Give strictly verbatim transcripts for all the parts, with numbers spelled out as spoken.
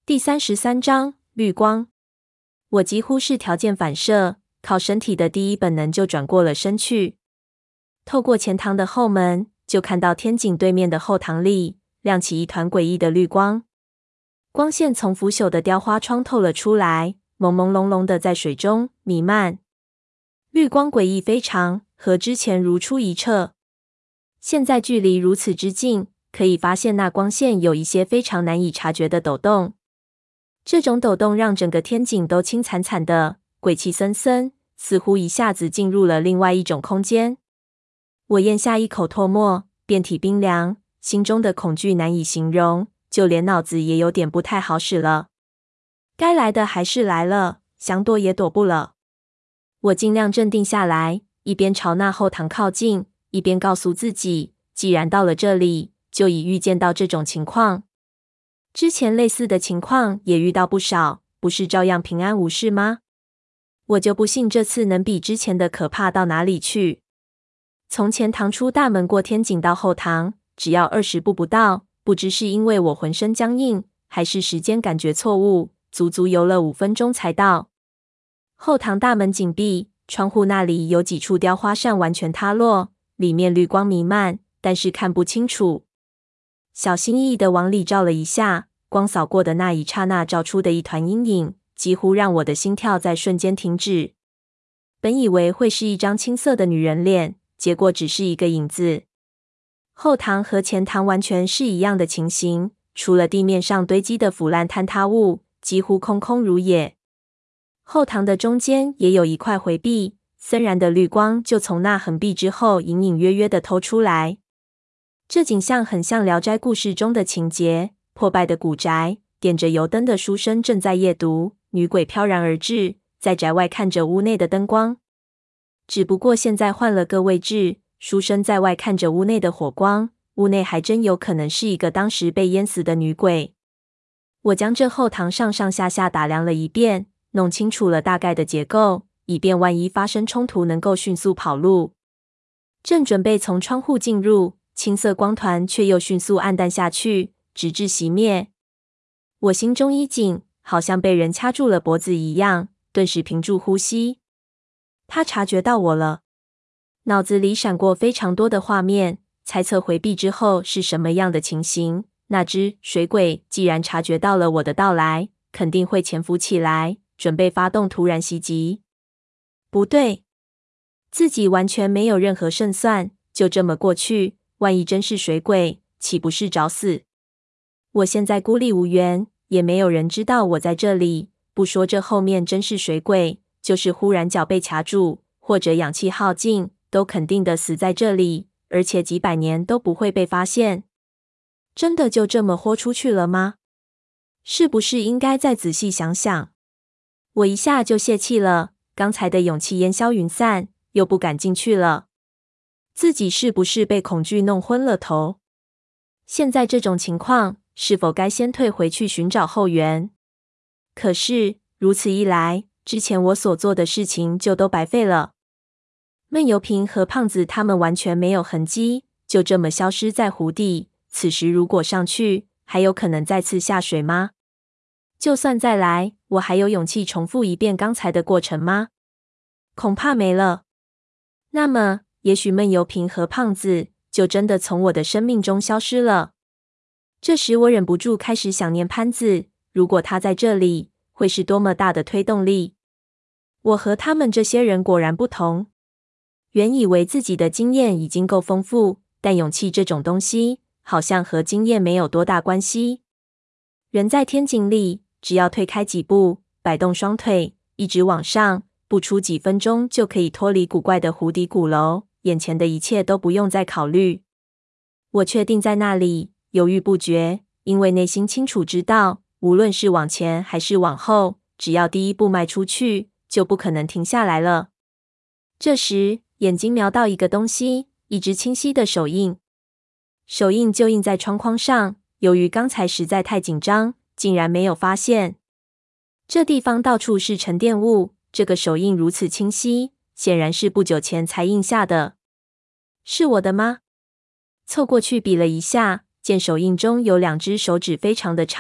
第三十三章绿光。我几乎是条件反射，靠身体的第一本能就转过了身去。透过前堂的后门，就看到天井对面的后堂里亮起一团诡异的绿光，光线从腐朽的雕花窗透了出来，朦朦胧胧的在水中弥漫。绿光诡异非常，和之前如出一辙。现在距离如此之近，可以发现那光线有一些非常难以察觉的抖动。这种抖动让整个天井都青惨惨的，鬼气森森，似乎一下子进入了另外一种空间。我咽下一口唾沫，遍体冰凉，心中的恐惧难以形容，就连脑子也有点不太好使了。该来的还是来了，想躲也躲不了。我尽量镇定下来，一边朝那后堂靠近，一边告诉自己，既然到了这里，就已预见到这种情况。之前类似的情况也遇到不少，不是照样平安无事吗？我就不信这次能比之前的可怕到哪里去。从前堂出大门过天井到后堂，只要二十步不到，不知是因为我浑身僵硬，还是时间感觉错误，足足游了五分钟才到。后堂大门紧闭，窗户那里有几处雕花扇完全塌落，里面绿光弥漫，但是看不清楚。小心翼翼地往里照了一下，光扫过的那一刹那照出的一团阴影，几乎让我的心跳在瞬间停止。本以为会是一张青涩的女人脸，结果只是一个影子。后堂和前堂完全是一样的情形，除了地面上堆积的腐烂坍塌物，几乎空空如也。后堂的中间也有一块回壁，森然的绿光就从那横壁之后隐隐约约地透出来。这景象很像《聊斋故事》中的情节，破败的古宅，点着油灯的书生正在夜读，女鬼飘然而至，在宅外看着屋内的灯光。只不过现在换了个位置，书生在外看着屋内的火光，屋内还真有可能是一个当时被淹死的女鬼。我将这后堂上上下下打量了一遍，弄清楚了大概的结构，以便万一发生冲突能够迅速跑路。正准备从窗户进入，青色光团却又迅速暗淡下去，直至熄灭。我心中一紧，好像被人掐住了脖子一样，顿时屏住呼吸。他察觉到我了。脑子里闪过非常多的画面，猜测回避之后是什么样的情形。那只水鬼既然察觉到了我的到来，肯定会潜伏起来，准备发动突然袭击。不对，自己完全没有任何胜算，就这么过去。万一真是水鬼，岂不是找死？我现在孤立无援，也没有人知道我在这里。不说这后面真是水鬼，就是忽然脚被卡住，或者氧气耗尽，都肯定的死在这里，而且几百年都不会被发现。真的就这么豁出去了吗？是不是应该再仔细想想？我一下就泄气了，刚才的勇气烟消云散，又不敢进去了。自己是不是被恐惧弄昏了头？现在这种情况，是否该先退回去寻找后援？可是如此一来，之前我所做的事情就都白费了。闷油瓶和胖子他们完全没有痕迹，就这么消失在湖底。此时如果上去，还有可能再次下水吗？就算再来，我还有勇气重复一遍刚才的过程吗？恐怕没了。那么也许闷油瓶和胖子就真的从我的生命中消失了。这时我忍不住开始想念潘子，如果他在这里，会是多么大的推动力。我和他们这些人果然不同。原以为自己的经验已经够丰富，但勇气这种东西，好像和经验没有多大关系。人在天井里，只要退开几步，摆动双腿，一直往上，不出几分钟就可以脱离古怪的湖底鼓楼，眼前的一切都不用再考虑。我确定在那里，犹豫不决，因为内心清楚知道，无论是往前还是往后，只要第一步迈出去，就不可能停下来了。这时，眼睛瞄到一个东西，一只清晰的手印。手印就印在窗框上，由于刚才实在太紧张，竟然没有发现。这地方到处是沉淀物，这个手印如此清晰，显然是不久前才印下的。是我的吗？凑过去比了一下，见手印中有两只手指非常的长，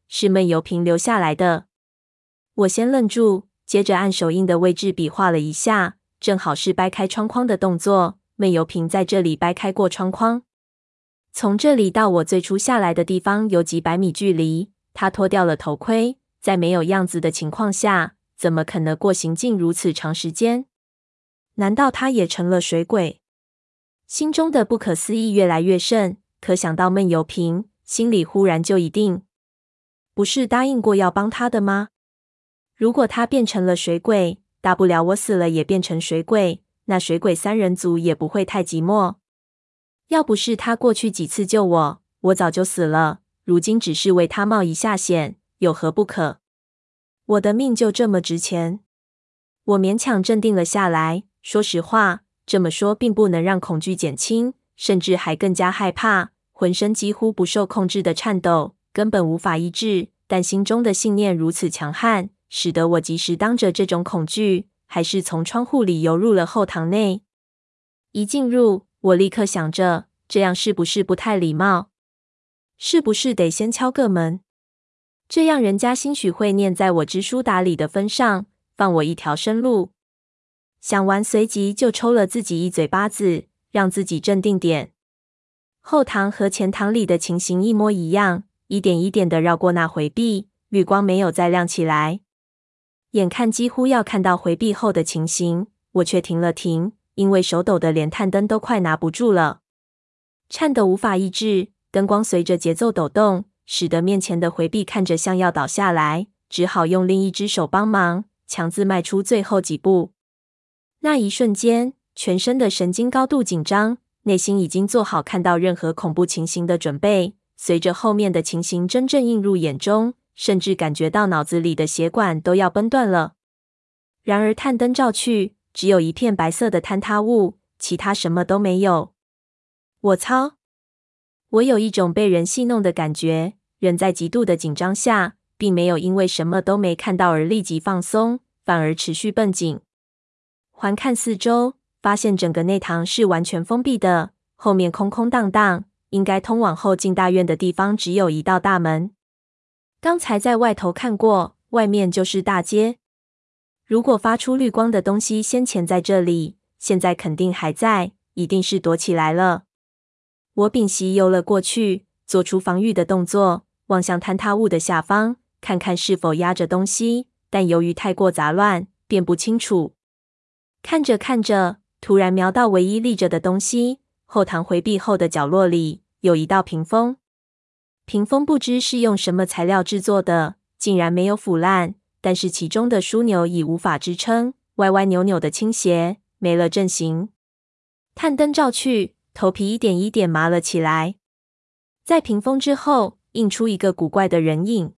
是闷油瓶留下来的。我先愣住，接着按手印的位置比划了一下，正好是掰开窗框的动作。闷油瓶在这里掰开过窗框。从这里到我最初下来的地方有几百米距离。他脱掉了头盔，在没有样子的情况下，怎么可能过行进如此长时间？难道他也成了水鬼？心中的不可思议越来越甚，可想到闷油瓶，心里忽然就一定，不是答应过要帮他的吗？如果他变成了水鬼，大不了我死了也变成水鬼，那水鬼三人组也不会太寂寞。要不是他过去几次救我，我早就死了，如今只是为他冒一下险，有何不可？我的命就这么值钱。我勉强镇定了下来，说实话，这么说并不能让恐惧减轻，甚至还更加害怕，浑身几乎不受控制的颤抖，根本无法抑制，但心中的信念如此强悍，使得我即使当着这种恐惧，还是从窗户里游入了后堂内。一进入，我立刻想着，这样是不是不太礼貌？是不是得先敲个门？这样人家兴许会念在我知书达理的分上，放我一条生路。想完，随即就抽了自己一嘴巴子，让自己镇定点。后堂和前堂里的情形一模一样，一点一点的绕过那回壁，绿光没有再亮起来。眼看几乎要看到回壁后的情形，我却停了停，因为手抖的连探灯都快拿不住了，颤抖无法抑制，灯光随着节奏抖动，使得面前的回壁看着像要倒下来，只好用另一只手帮忙，强自迈出最后几步。那一瞬间，全身的神经高度紧张，内心已经做好看到任何恐怖情形的准备。随着后面的情形真正映入眼中，甚至感觉到脑子里的血管都要崩断了。然而探灯照去，只有一片白色的坍塌物，其他什么都没有。我操！我有一种被人戏弄的感觉，人在极度的紧张下，并没有因为什么都没看到而立即放松，反而持续绷紧。环看四周，发现整个内堂是完全封闭的，后面空空荡荡，应该通往后进大院的地方只有一道大门。刚才在外头看过，外面就是大街。如果发出绿光的东西先前在这里，现在肯定还在，一定是躲起来了。我屏息游了过去，做出防御的动作，望向坍塌物的下方，看看是否压着东西，但由于太过杂乱，辨不清楚。看着看着，突然瞄到唯一立着的东西，后堂回壁后的角落里有一道屏风。屏风不知是用什么材料制作的，竟然没有腐烂，但是其中的枢纽已无法支撑，歪歪扭扭的倾斜，没了阵形。探灯照去，头皮一点一点麻了起来。在屏风之后，映出一个古怪的人影，